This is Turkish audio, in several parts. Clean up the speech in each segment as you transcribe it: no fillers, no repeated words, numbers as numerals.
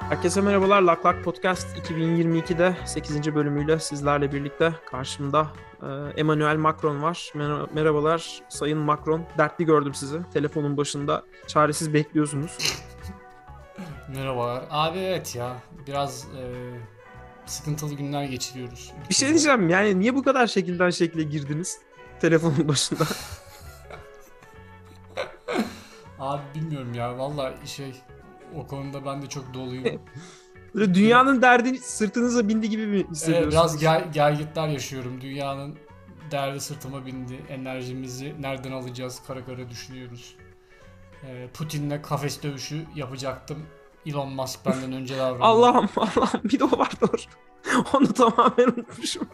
Herkese merhabalar. Lak Lak Podcast 2022'de 8. bölümüyle sizlerle birlikte karşımda Emmanuel Macron var. Merhabalar Sayın Macron. Dertli gördüm sizi. Telefonun başında çaresiz bekliyorsunuz. Merhabalar. Abi evet ya biraz sıkıntılı günler geçiriyoruz Bir şey ülkede. diyeceğim, yani niye bu kadar şekilden şekle girdiniz telefonun başında? Abi bilmiyorum ya valla o konuda ben de çok doluyum. Böyle Biraz, dünyanın derdi sırtınıza bindi gibi mi biraz hissediyorsunuz? gergitler yaşıyorum. Dünyanın derdi sırtıma bindi. Enerjimizi nereden alacağız kara kara düşünüyoruz. Putin'le kafes dövüşü yapacaktım. Elon Musk benden önce davrandı. Allah'ım Allah'ım, bir de o var, doğru. Onu tamamen unutmuşum.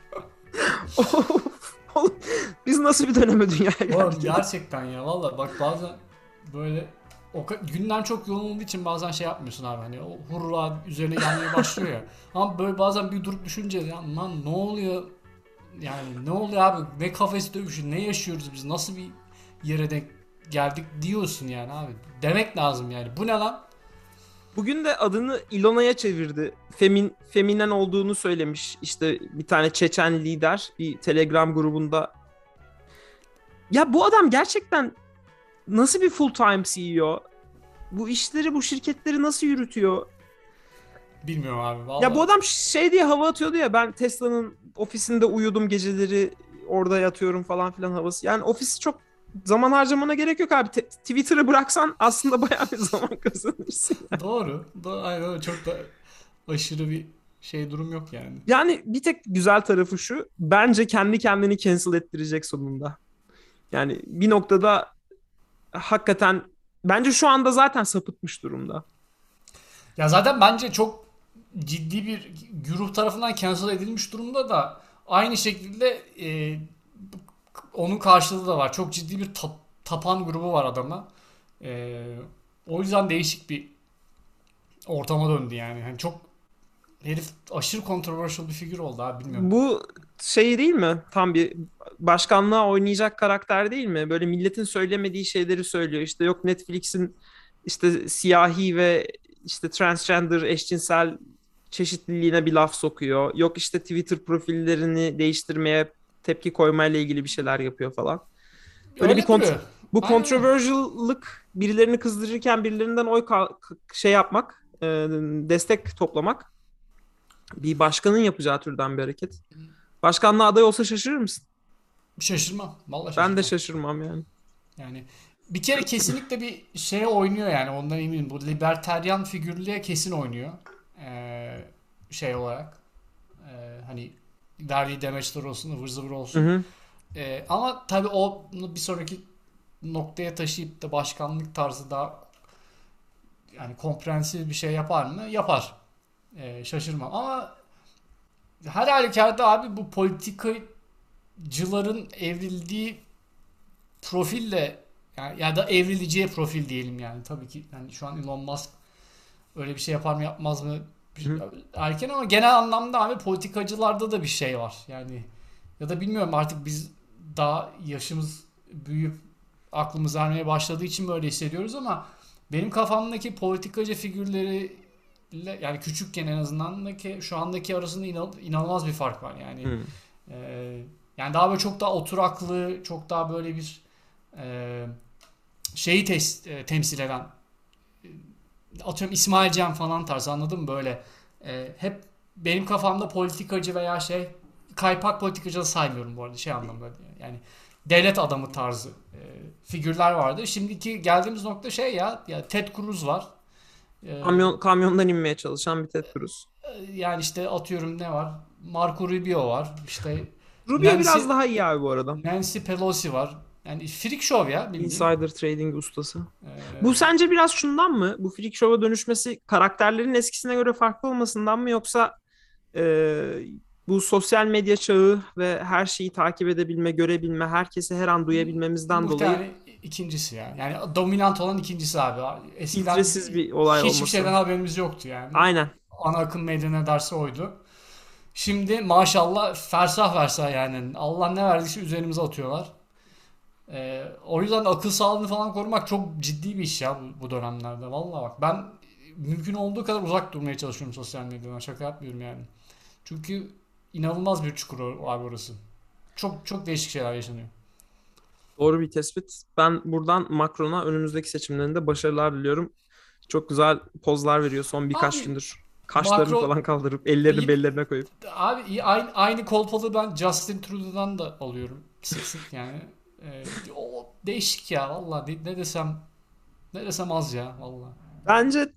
Of, oğlum, biz nasıl bir döneme dünyaya Oğlum geldik ya? gerçekten ya valla bak bazen böyle günden çok yoğun olduğu için bazen şey yapmıyorsun abi hani o hurra üzerine gelmeye başlıyor ya. Ama böyle bazen bir durup düşünce ya lan ne oluyor yani ne oluyor abi, ne kafes dövüşü, ne yaşıyoruz biz, nasıl bir yere denk geldik diyorsun yani abi. Demek lazım yani, bu ne lan? Bugün de adını Ilona'ya çevirdi. Feminen olduğunu söylemiş. İşte bir tane Çeçen lider bir Telegram grubunda. Ya bu adam gerçekten nasıl bir full time CEO? Bu işleri, bu şirketleri nasıl yürütüyor? Bilmiyorum abi Ya bu valla. adam şey diye hava atıyordu ya, ben Tesla'nın ofisinde uyudum geceleri, orada yatıyorum falan filan havası. Yani ofisi çok zaman harcamana gerek yok abi. Twitter'ı bıraksan aslında bayağı bir zaman kazanırsın. Doğru. Aynen öyle. Çok da aşırı bir durum yok yani. Yani bir tek güzel tarafı şu. Bence kendi kendini cancel ettirecek sonunda. Yani bir noktada hakikaten bence şu anda zaten sapıtmış durumda. Ya zaten bence çok ciddi bir güruh tarafından cancel edilmiş durumda da aynı şekilde onun karşılığı da var. Çok ciddi bir tapan grubu var adama. E, O yüzden değişik bir ortama döndü yani. Yani çok herif aşırı controversial bir figür oldu abi, bilmiyorum. Bu şey değil mi? Tam bir başkanlığa oynayacak karakter değil mi? Böyle milletin söylemediği şeyleri söylüyor. İşte yok Netflix'in işte siyahi ve işte transgender eşcinsel çeşitliliğine bir laf sokuyor. Yok işte Twitter profillerini değiştirmeye tepki koymayla ilgili bir şeyler yapıyor falan. Böyle bir Öyle duruyor. bu Aynen öyle. controversial'lık, birilerini kızdırırken birilerinden şey yapmak, destek toplamak bir başkanın yapacağı türden bir hareket. Başkanlığa aday olsa şaşırır mısın? Şaşırmam. Vallahi Ben de şaşırmam. şaşırmam yani. Yani bir kere kesinlikle bir şeye oynuyor yani, ondan eminim. Bu libertaryen figürlüğe kesin oynuyor. Olarak. Hani verdiği demeçler olsun, ıvır zıvır Hı olsun. hı. Ama tabii o bir sonraki noktaya taşıyıp da başkanlık tarzı daha yani komprehensif bir şey yapar mı? Yapar. Şaşırmam. Ama her halükarda abi bu politikacıların evrildiği profille yani ya da evrileceği profil diyelim yani. Tabii ki yani şu an Elon Musk öyle bir şey yapar mı yapmaz mı Hı hı. erken, ama genel anlamda abi politikacılarda da bir şey var. Yani ya da bilmiyorum, artık biz daha yaşımız büyüyüp aklımız ermeye başladığı için böyle hissediyoruz ama benim kafamdaki politikacı figürleri yani küçükken en azından ki şu andaki arasında inanılmaz bir fark var yani. Hı. Yani daha böyle çok daha oturaklı, çok daha böyle bir e, temsil eden, atıyorum İsmail Cem falan tarzı, anladın mı böyle. Hep benim kafamda politikacı veya kaypak politikacı da saymıyorum bu arada, anlamda yani devlet adamı tarzı figürler vardı. Şimdiki geldiğimiz nokta ya Ted Cruz var. E, Kamyondan inmeye çalışan bir Ted Cruz. Yani işte atıyorum ne var? Marco Rubio var. İşte Rubio Nancy biraz daha iyi abi bu arada. Nancy Pelosi var. Yani freak show ya, bildiğin. Insider trading ustası. Bu Ee, sence biraz şundan mı? Bu freak show'a dönüşmesi karakterlerin eskisine göre farklı olmasından mı, yoksa e, bu sosyal medya çağı ve her şeyi takip edebilme, görebilme, herkesi her an duyabilmemizden dolayı Muhtemelen ikincisi ya. Yani dominant olan ikincisi abi. Eskiden filtresiz bir olay hiçbir şeyden olması? haberimiz yoktu yani. Aynen. Ana akım medya ne derse oydu. Şimdi maşallah fersah fersah yani. Allah ne verdiyse üzerimize atıyorlar. O yüzden akıl sağlığını falan korumak çok ciddi bir iş ya bu dönemlerde. Vallahi bak, ben mümkün olduğu kadar uzak durmaya çalışıyorum sosyal medyadan. Şaka yapmıyorum yani. Çünkü inanılmaz bir çukur abi orası. Çok çok değişik şeyler yaşanıyor. Doğru bir tespit. Ben buradan Macron'a önümüzdeki seçimlerinde başarılar diliyorum. Çok güzel pozlar veriyor son birkaç Abi gündür. Kaşlarını Macron falan kaldırıp ellerini iyi, bellerine koyup. abi aynı kolpalığı ben Justin Trudeau'dan da alıyorum. Sık sık yani. O değişik ya valla ne desem az ya valla. Bence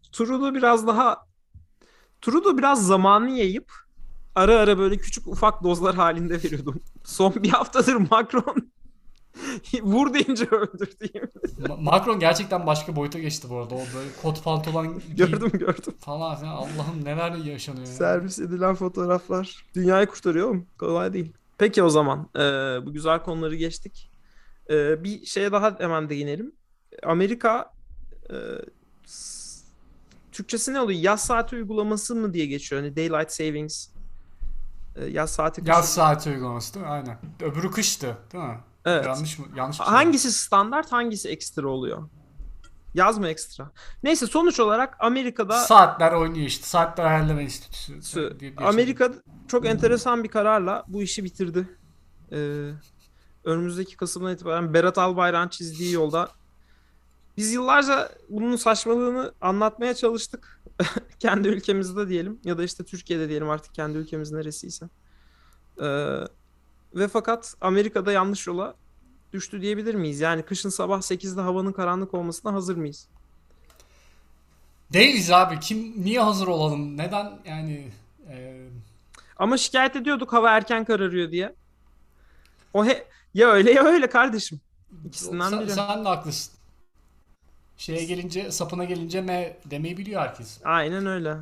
Trudeau biraz zamanı yayıp ara ara böyle küçük ufak dozlar halinde veriyordum. Son bir haftadır Macron vur deyince öldür diyeyim. Macron gerçekten başka boyuta geçti bu arada. O böyle kot pantolon Gördüm gördüm. falan filan. Allah'ım neler yaşanıyor ya. Servis edilen fotoğraflar. Dünyayı kurtarıyor oğlum. Kolay değil. Peki o zaman bu güzel konuları geçtik. Bir şeye daha hemen değinelim. Amerika e, Türkçesi ne oluyor? Yaz saati uygulaması mı diye geçiyor. Hani Daylight Savings. Yaz saati kış. Yaz saati uygulaması değil mi? Aynen. Öbürü kıştı değil mi? Evet. Yanlış mı? Yanlış mı söyledim? Hangisi standart, hangisi ekstra oluyor? Yaz mı ekstra? Neyse sonuç olarak Amerika'da Saatler oynuyor işte. Saatler Ayarlama Enstitüsü diye geçiyor. Amerika çok enteresan bir kararla bu işi bitirdi. Ee, Önümüzdeki Kasım'dan itibaren Berat Albayrak'ın çizdiği yolda biz yıllarca bunun saçmalığını anlatmaya çalıştık. Kendi ülkemizde diyelim ya da işte Türkiye'de diyelim artık kendi ülkemiz neresiyse. Ee, Ve fakat Amerika'da yanlış yola düştü diyebilir miyiz? Yani kışın sabah 8'de havanın karanlık olmasına hazır mıyız? Değiliz abi. Niye hazır olalım? Neden yani e, Ama şikayet ediyorduk hava erken kararıyor diye. Ya öyle ya öyle kardeşim. İkisinden biri. sen de haklısın. Sapına gelince M demeyi biliyor herkes. Aynen öyle.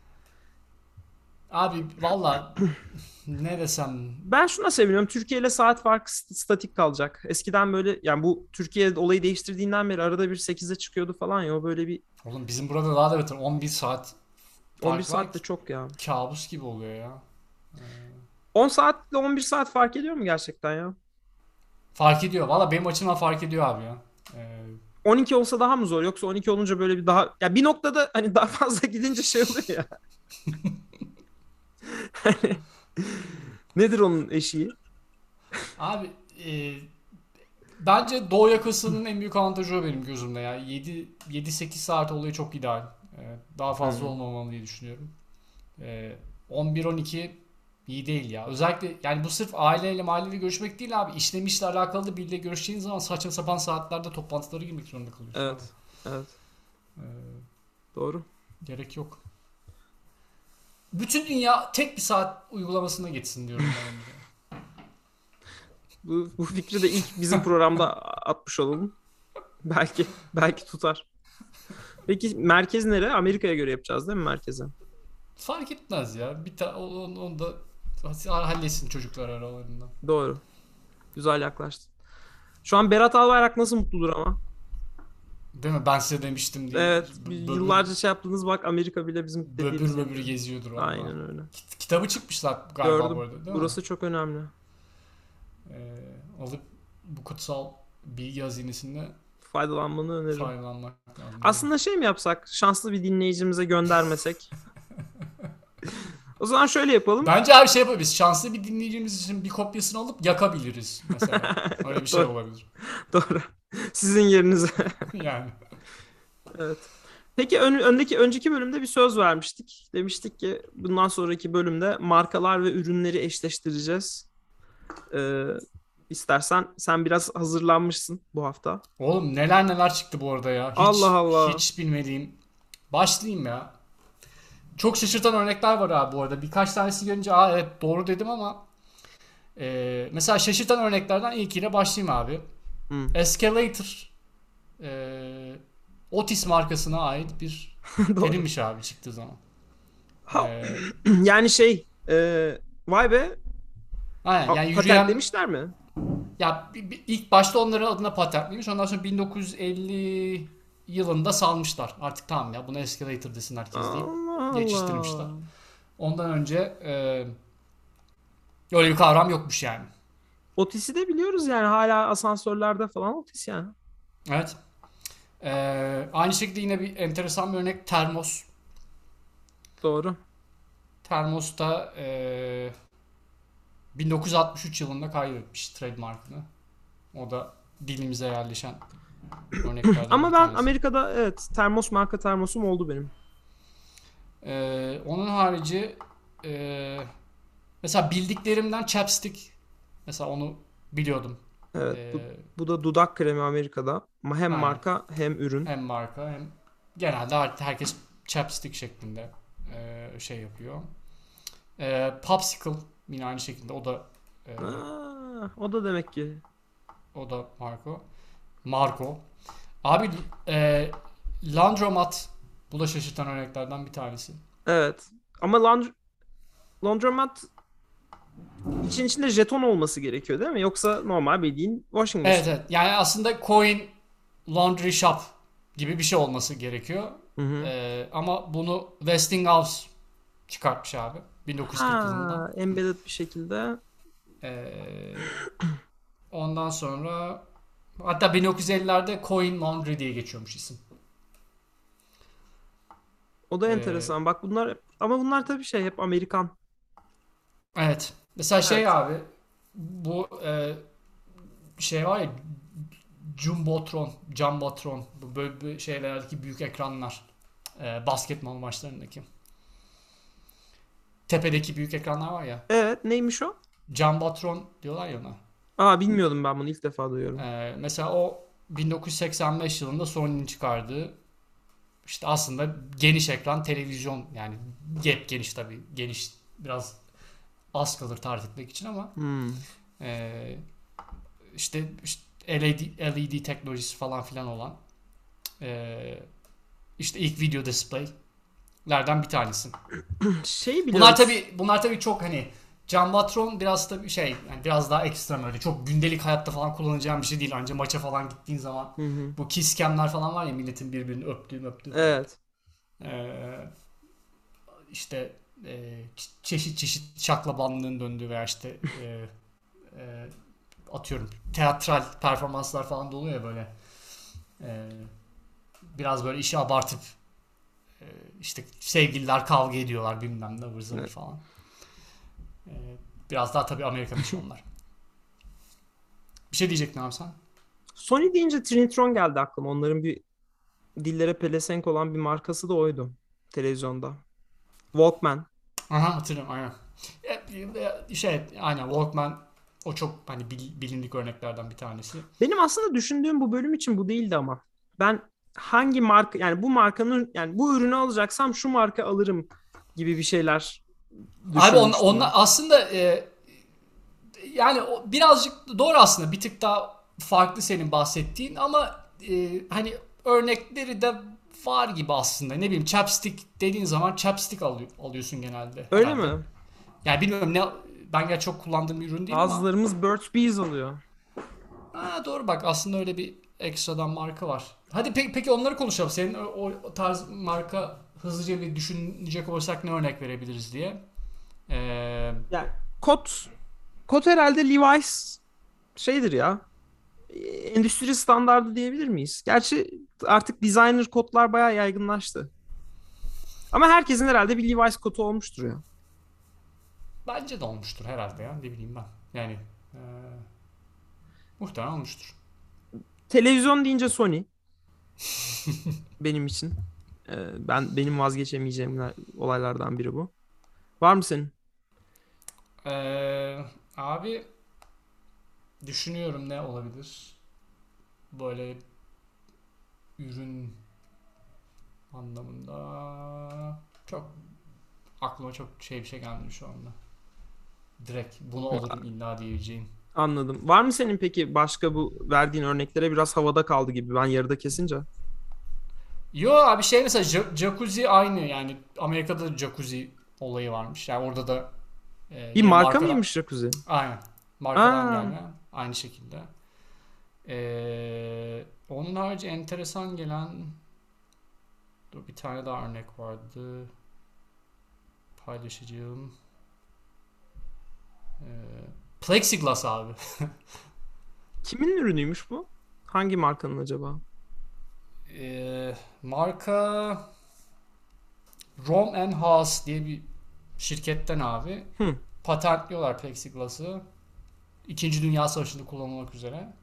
Abi valla ne desem. Ben şuna seviniyorum. Türkiye ile saat farkı statik kalacak. Eskiden böyle yani bu Türkiye olayı değiştirdiğinden beri arada bir 8'e çıkıyordu falan ya o böyle bir Oğlum bizim burada daha da beter. 11 saat 11 fark var. saat de çok ya. Kabus gibi oluyor ya. 10 saatle 11 saat fark ediyor mu gerçekten ya? Fark ediyor. Valla benim açımdan fark ediyor abi ya. 12 olsa daha mı zor yoksa 12 olunca böyle bir daha ya bir noktada hani daha fazla gidince şey oluyor ya. Hani nedir onun eşiği? Abi bence Doğu yakasının en büyük avantajı o benim gözümde ya. 7-8 saat olayı çok ideal. Daha fazla Hmm. olmamalı diye düşünüyorum. 11-12 iyi değil ya. Özellikle yani bu sırf aileyle mahalleyle görüşmek değil abi. İşle mişle alakalı da biriyle görüşeceğin zaman saçma sapan saatlerde toplantılara girmek zorunda kalıyorsun abi. Evet. Evet. Doğru. Gerek yok. Bütün dünya tek bir saat uygulamasına geçsin diyorum ben. Bu fikri de ilk bizim programda atmış olalım. Belki tutar. Peki merkez nere? Amerika'ya göre yapacağız değil mi merkeze? Fark etmez ya. Onu da halletsin çocuklar aralarında. Doğru. Güzel yaklaştın. Şu an Berat Albayrak nasıl mutludur ama? Değil mi? Ben size demiştim diye. Evet, yıllarca şey yaptınız bak Amerika bile bizim dediğimiz Böbür gibi. geziyordur valla. Aynen öyle. Kitabı çıkmışlar galiba bu Gördüm. arada değil mi? Burası çok önemli. Alıp bu kutsal bilgi hazinesinde Faydalanmanı öneririm. faydalanmak lazım. Aslında şey mi yapsak? Şanslı bir dinleyicimize göndermesek. O zaman şöyle yapalım. Bence abi şey yapabiliriz. Şanslı bir dinleyicimiz için bir kopyasını alıp yakabiliriz mesela. Öyle bir şey Doğru. olabilir. Doğru. Sizin yerinize. Yani. Evet. Peki önceki bölümde bir söz vermiştik. Demiştik ki bundan sonraki bölümde markalar ve ürünleri eşleştireceğiz. Ee, istersen sen biraz hazırlanmışsın bu hafta. Oğlum neler neler çıktı bu arada ya. Allah Allah. Hiç bilmediğim. Başlayayım ya. Çok şaşırtan örnekler var abi bu arada. Birkaç tanesi görünce evet doğru dedim ama mesela şaşırtan örneklerden ilkiyle başlayayım abi. Escalator Otis markasına ait bir Doğru. terimmiş abi çıktığı zaman. E, Yani vay be aynen yani yürüyen patentlemişler mi? ya ilk başta onların adına patentliymiş. Ondan sonra 1950 yılında salmışlar. Artık tamam ya buna escalator desin herkes deyip Allah geçiştirmişler. Allah. Ondan önce öyle bir kavram yokmuş yani. Otis'i de biliyoruz yani hala asansörlerde falan Otis yani. Evet. Aynı şekilde yine bir enteresan bir örnek termos. Doğru. Termos da 1963 yılında kaybetmiş trademarkını. O da dilimize yerleşen örneklerden Ama bir ben tanesi. Amerika'da evet termos marka termosum oldu benim. Onun harici e, mesela bildiklerimden chapstick, mesela onu biliyordum. Evet bu, Ee, bu da dudak kremi Amerika'da. Ama hem aynen. marka hem ürün. Hem marka hem genelde artık herkes chapstick şeklinde şey yapıyor. Popsicle yine aynı şekilde, e, O da demek ki. o da Marco. Marco. Abi Landromat, bu da şaşırtan örneklerden bir tanesi. Evet. Ama laundromat için içinde jeton olması gerekiyor değil mi? Yoksa normal bildiğin washing Evet, machine. evet. Yani aslında coin laundry shop gibi bir şey olması gerekiyor. Hı hı. Ama bunu Westinghouse çıkartmış abi. 1940 yılında. Ha, embedded bir şekilde. Ee, ondan sonra hatta 1950'lerde coin laundry diye geçiyormuş isim. O da Ee, enteresan. Bak bunlar ama bunlar tabii şey hep Amerikan. evet. Mesela şey Evet. abi, bu şey var ya, Jumbotron, bu böyle şeylerdeki büyük ekranlar, basketbol maçlarındaki tepedeki büyük ekranlar var ya, Evet, neymiş o? Jumbotron diyorlar ya ona. Aa bilmiyordum ben bunu ilk defa duyuyorum. Mesela o 1985 yılında Sony'nin çıkardığı, işte aslında geniş ekran televizyon, yani geniş tabii, geniş biraz az kalır tarif etmek için ama Hmm. e, işte LED teknolojisi falan filan olan, e, işte ilk video display'lerden bir tanesi. Şey Bunlar biliyorum. tabii bunlar tabii çok hani, Jumbotron biraz tabii şey, yani biraz daha ekstrem, öyle çok gündelik hayatta falan kullanacağım bir şey değil. Anca maça falan gittiğin zaman Hı hı. bu kiss cam'ler falan var ya, milletin birbirini öptüğü falan. Evet. Ee, işte çeşit çeşit şaklabanlığın döndüğü veya işte e, atıyorum teatral performanslar falan da oluyor ya böyle. Ee, biraz böyle işi abartıp e, işte sevgililer kavga ediyorlar bilmem ne ıvır zıvır Evet. falan. Ee, biraz daha tabii Amerikan işi onlar. Bir şey diyecektin abi sen. Sony deyince Trinitron geldi aklıma. Onların bir dillere pelesenk olan bir markası da oydu televizyonda. Walkman. Aha, hatırlıyorum aynen. Şey aynen, Walkman, o çok hani bilindik örneklerden bir tanesi. Benim aslında düşündüğüm bu bölüm için bu değildi ama. Ben hangi marka yani bu markanın yani bu ürünü alacaksam şu marka alırım gibi bir şeyler Abi düşünmüştüm onlar ben. aslında yani birazcık doğru aslında, bir tık daha farklı senin bahsettiğin ama hani örnekleri de var gibi aslında. Ne bileyim, chapstick dediğin zaman chapstick alıyorsun genelde Öyle herhalde. mi? Yani bilmiyorum, ben gerçi çok kullandığım bir ürün değil ama Bazılarımız Burt's Bees alıyor. ha, doğru bak, aslında öyle bir ekstradan marka var. Hadi peki onları konuşalım. Senin o tarz marka, hızlıca bir düşünecek olursak ne örnek verebiliriz diye. Ee, Yani kot herhalde Levi's şeydir ya. Endüstri standardı diyebilir miyiz? Gerçi artık designer kotlar bayağı yaygınlaştı. Ama herkesin herhalde bir Levi's kotu olmuştur ya. bence de olmuştur herhalde ya, ne bileyim ben. Yani e, muhtemelen olmuştur. Televizyon deyince Sony benim için. Benim vazgeçemeyeceğim olaylardan biri bu. Var mı senin? Abi düşünüyorum ne olabilir? Böyle ürün anlamında çok aklıma çok bir şey gelmiyor şu anda. Direkt bunu alırım illa diyeceğim. Anladım. Var mı senin peki başka bu verdiğin örneklere biraz havada kaldı gibi ben yarıda kesince? Yo abi, şey mesela jacuzzi aynı, yani Amerika'da da jacuzzi olayı varmış. Yani orada da Bir yine marka markadan, mıymış jacuzzi? aynen, markadan Aa, gelme aynı şekilde. Onun harici enteresan gelen, dur bir tane daha örnek vardı paylaşacağım. Plexiglas abi. kimin ürünüymüş bu? Hangi markanın acaba? Marka Rom and Haas diye bir şirketten abi Hı. patentliyorlar plexiglas'ı. İkinci Dünya Savaşı'nda kullanılmak üzere.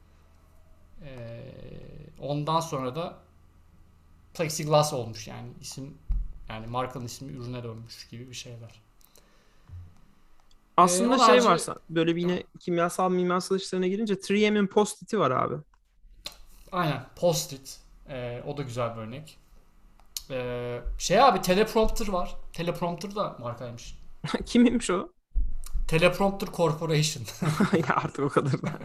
Ondan sonra da plexiglas olmuş yani isim, yani markanın ismi ürüne dönmüş gibi bir şeyler. Aslında Onun şey harici varsa böyle bir yine kimyasal işlerine girince 3M'in Post-it'i var abi. aynen Post-it. O da güzel bir örnek. Şey abi teleprompter var. Teleprompter da markaymış. Kimmiş o? Teleprompter Corporation. Ya artık o kadar da.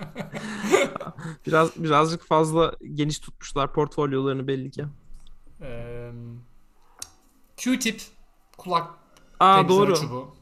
Birazcık fazla geniş tutmuşlar portfolyolarını belli ki. Ee, Q-tip kulak Aa, temizleme doğru. çubuğu.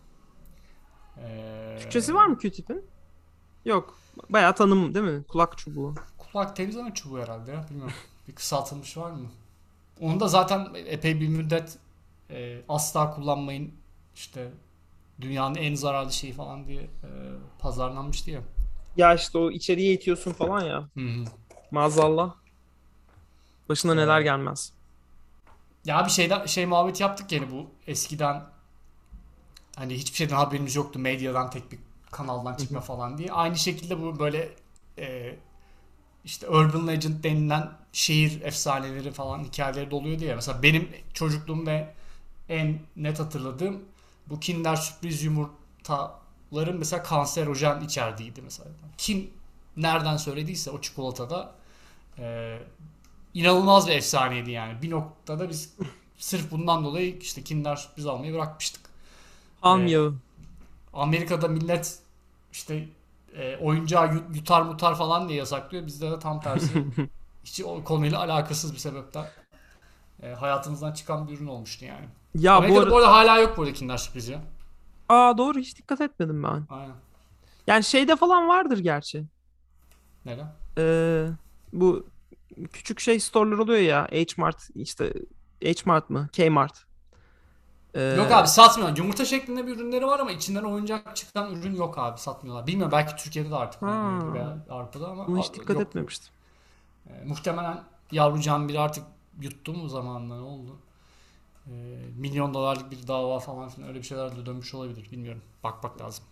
Türkçesi var Ee, mı Q-tip'in? Yok. Bayağı tanım değil mi? Kulak çubuğu. Kulak temizleme çubuğu herhalde ya. Bilmiyorum. Bir kısaltılmış var mı? Onu da zaten epey bir müddet asla kullanmayın, işte dünyanın en zararlı şeyi falan diye pazarlanmıştı ya. Ya işte o içeriye itiyorsun falan ya. Hı hı. Maazallah. Başına neler Ee, gelmez. Ya bir şey muhabbet yaptık yani, bu eskiden hani hiçbir şeyden haberimiz yoktu, medyadan tek bir kanaldan Hı çıkma hı. falan diye. Aynı şekilde bu böyle e, işte urban legend denilen şehir efsaneleri falan hikayeleri doluyordu ya. Mesela benim çocukluğumda en net hatırladığım bu Kinder sürpriz yumurtaların mesela kanserojen içerdiğiydi mesela. Kim nereden söylediyse o çikolatada e, inanılmaz bir efsaneydi yani. Bir noktada biz sırf bundan dolayı işte Kinder sürpriz almayı bırakmıştık. Ham E, yağı. Amerika'da millet işte oyuncağı yutar mutar falan diye yasaklıyor. Bizde de tam tersi, hiç o konuyla alakasız bir sebepten hayatımızdan çıkan bir ürün olmuştu yani. Ya bu Amerika'da ara... bu arada hala yok burada Kinder sürpriz ya. Aa, doğru, hiç dikkat etmedim ben. Aynen. Yani şeyde falan vardır gerçi. Neden? Ee, Bu küçük şey store'lar oluyor ya. H-Mart işte, H-Mart mı? K-Mart. Yok Ee, abi, satmıyor. Yumurta şeklinde bir ürünleri var ama içinden oyuncak çıkan ürün yok abi, satmıyorlar. Bilmiyorum, belki Türkiye'de de artık olmuyordur ha, veya Avrupa'da ama Bunu hiç dikkat yok bu. etmemiştim. Muhtemelen yavrucan bir artık yuttu mu zamanında, ne oldu? E, Milyon dolarlık bir dava falan filan, öyle bir şeyler de dönmüş olabilir. Bilmiyorum. Bakmak lazım.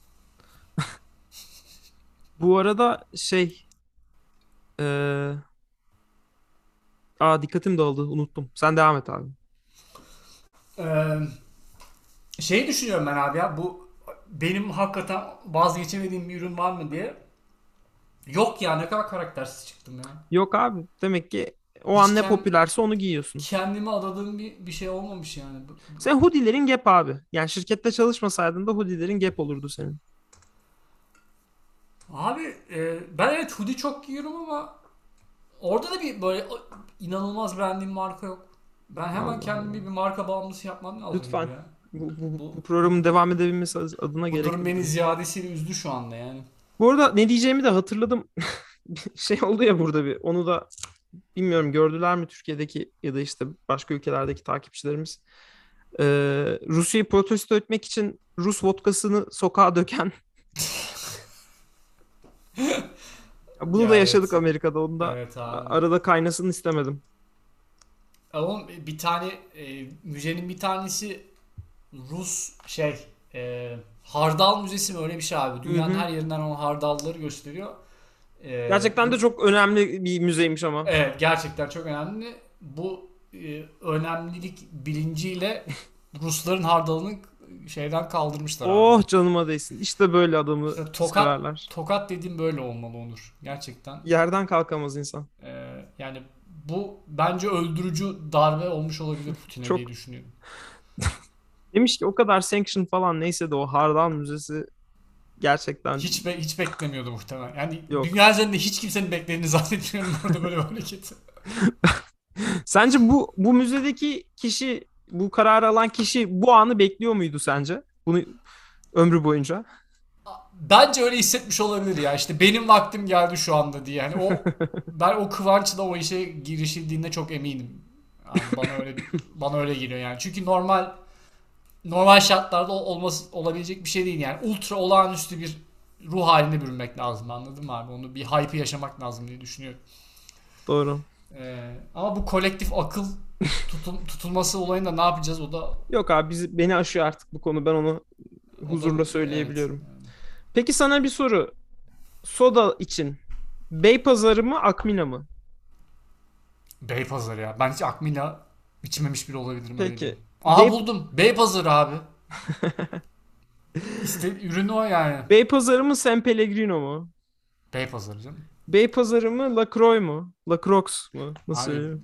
Bu arada şey, ee, dikkatim dağıldı, unuttum. Sen devam et abi. Ee, Şeyi düşünüyorum ben abi ya, bu benim hakikaten vazgeçemediğim bir ürün var mı diye. Yok ya, ne kadar karaktersiz çıktım ya. Yok abi. Demek ki o Hiç an ne popülerse onu giyiyorsun. kendime adadığım bir şey olmamış yani. Sen hoodielerin Gap abi. Yani şirkette çalışmasaydın da hoodielerin Gap olurdu senin. Abi ben evet hoodie çok giyiyorum ama orada da bir böyle inanılmaz beğendiğim marka yok. Ben hemen Allah kendimi bir Allah. marka bağımlısı yapmam lazım Lütfen. gibi ya. Bu Bu, programın devam edebilmesi adına bu durum gerekli bir beni durum. ziyadesiyle üzdü şu anda yani. Bu arada ne diyeceğimi de hatırladım. Şey oldu ya burada bir. Onu da bilmiyorum, gördüler mi Türkiye'deki ya da işte başka ülkelerdeki takipçilerimiz. Rusya'yı protesto etmek için Rus vodkasını sokağa döken. Bunu da Ya yaşadık evet. Amerika'da. Onu da Evet abi. arada kaynasın istemedim. Ama bir tane müzenin bir tanesi Rus hardal müzesi mi, öyle bir şey abi. Hı Dünyanın hı. her yerinden o hardalları gösteriyor. Gerçekten de Bu çok önemli bir müzeymiş ama. evet, gerçekten çok önemli. Bu önemlilik bilinciyle Rusların hardalını şeyden kaldırmışlar abi. Oh, canıma değsin. İşte böyle adamı İşte severler. tokat dediğim böyle olmalı Onur. Gerçekten. Yerden kalkamaz insan. Yani bu bence öldürücü darbe olmuş olabilir Putin'e diye Çok düşünüyorum. demiş ki o kadar sanction falan, neyse de o Hardal Müzesi gerçekten Hiç beklemiyordu muhtemelen. Yani yok. dünya üzerinde hiç kimsenin beklediğini zannetmiyorum orada böyle bir hareketi. Sence bu müzedeki kişi, bu kararı alan kişi bu anı bekliyor muydu sence? Bunu ömrü boyunca. Bence öyle hissetmiş olabilir ya. İşte benim vaktim geldi şu anda diye. Yani ben o kıvançla o işe girişildiğinde çok eminim. Yani bana öyle geliyor yani. Çünkü normal şartlarda olabilecek bir şey değil yani. Ultra olağanüstü bir ruh haline bürünmek lazım, anladın mı abi? Onu bir hype'ı yaşamak lazım diye düşünüyorum. Doğru. Ama bu kolektif akıl tutulması olayında ne yapacağız, o da Yok abi beni aşıyor artık bu konu. Ben onu o da huzurla evet. söyleyebiliyorum. Peki sana bir soru. Soda için Beypazarı mı Akmina mı? Beypazarı ya. Ben hiç Akmina içmemiş bile olabilirim, öyle diyeyim. Peki. Aha, buldum. Beypazarı abi. Ürünü o yani. Beypazarı mı San Pellegrino mu? Beypazarı canım. Beypazarı mı Lacroix mu? Lacroix mu? Nasıl Abi söylüyorum?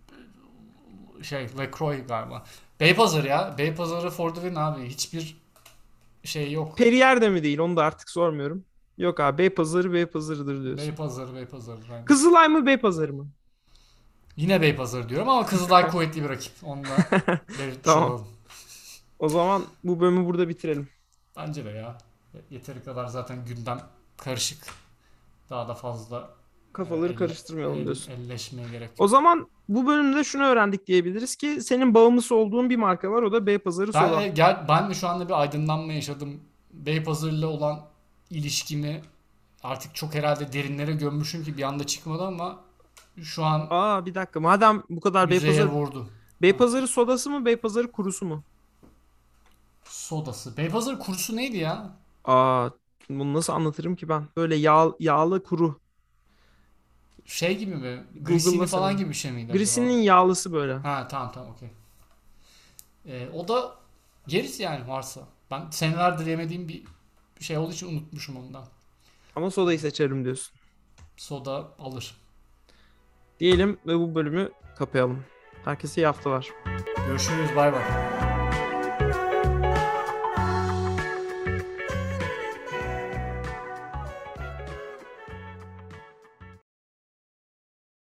LaCroix galiba. Beypazarı ya. Beypazarı for the win abi. Hiçbir şey yok. Perrier de mi değil? Onu da artık sormuyorum. Yok abi Beypazarı Beypazarı'dır diyorsun. Beypazarı. Yani. Kızılay mı Beypazarı mı? Yine Beypazarı diyorum ama Kızılay kuvvetli bir rakip. Onu da belirtmiş Tamam. olalım. O zaman bu bölümü burada bitirelim. Bence de ya. Yeteri kadar zaten gündem karışık. Daha da fazla Kafaları karıştırmayalım diyorsun. elleşmeye gerek O yok. zaman bu bölümde şunu öğrendik diyebiliriz ki senin bağımlısı olduğun bir marka var. O da Beypazarı Soda. Ben de şu anda bir aydınlanma yaşadım. Beypazarı'yla olan ilişkimi artık çok herhalde derinlere gömmüşüm ki bir anda çıkmadı ama şu an Aa bir dakika. Madem bu kadar yüzeye vurdu. Ha. Beypazarı sodası mı Beypazarı kurusu mu? Sodası. Beypazarı kurusu neydi ya? Aa bunu nasıl anlatırım ki ben? Böyle yağlı kuru. Şey gibi mi? Google'la Grissini falan sen. gibi bir şey miydi Grisi'nin acaba? yağlısı böyle. Ha, tamam okey. O da gerisi yani varsa. Ben senelerdir yemediğim bir şey olduğu için unutmuşum ondan. Ama sodayı seçerim diyorsun. Soda alır. Diyelim ve bu bölümü kapayalım. Herkese iyi haftalar. Görüşürüz, bay bay.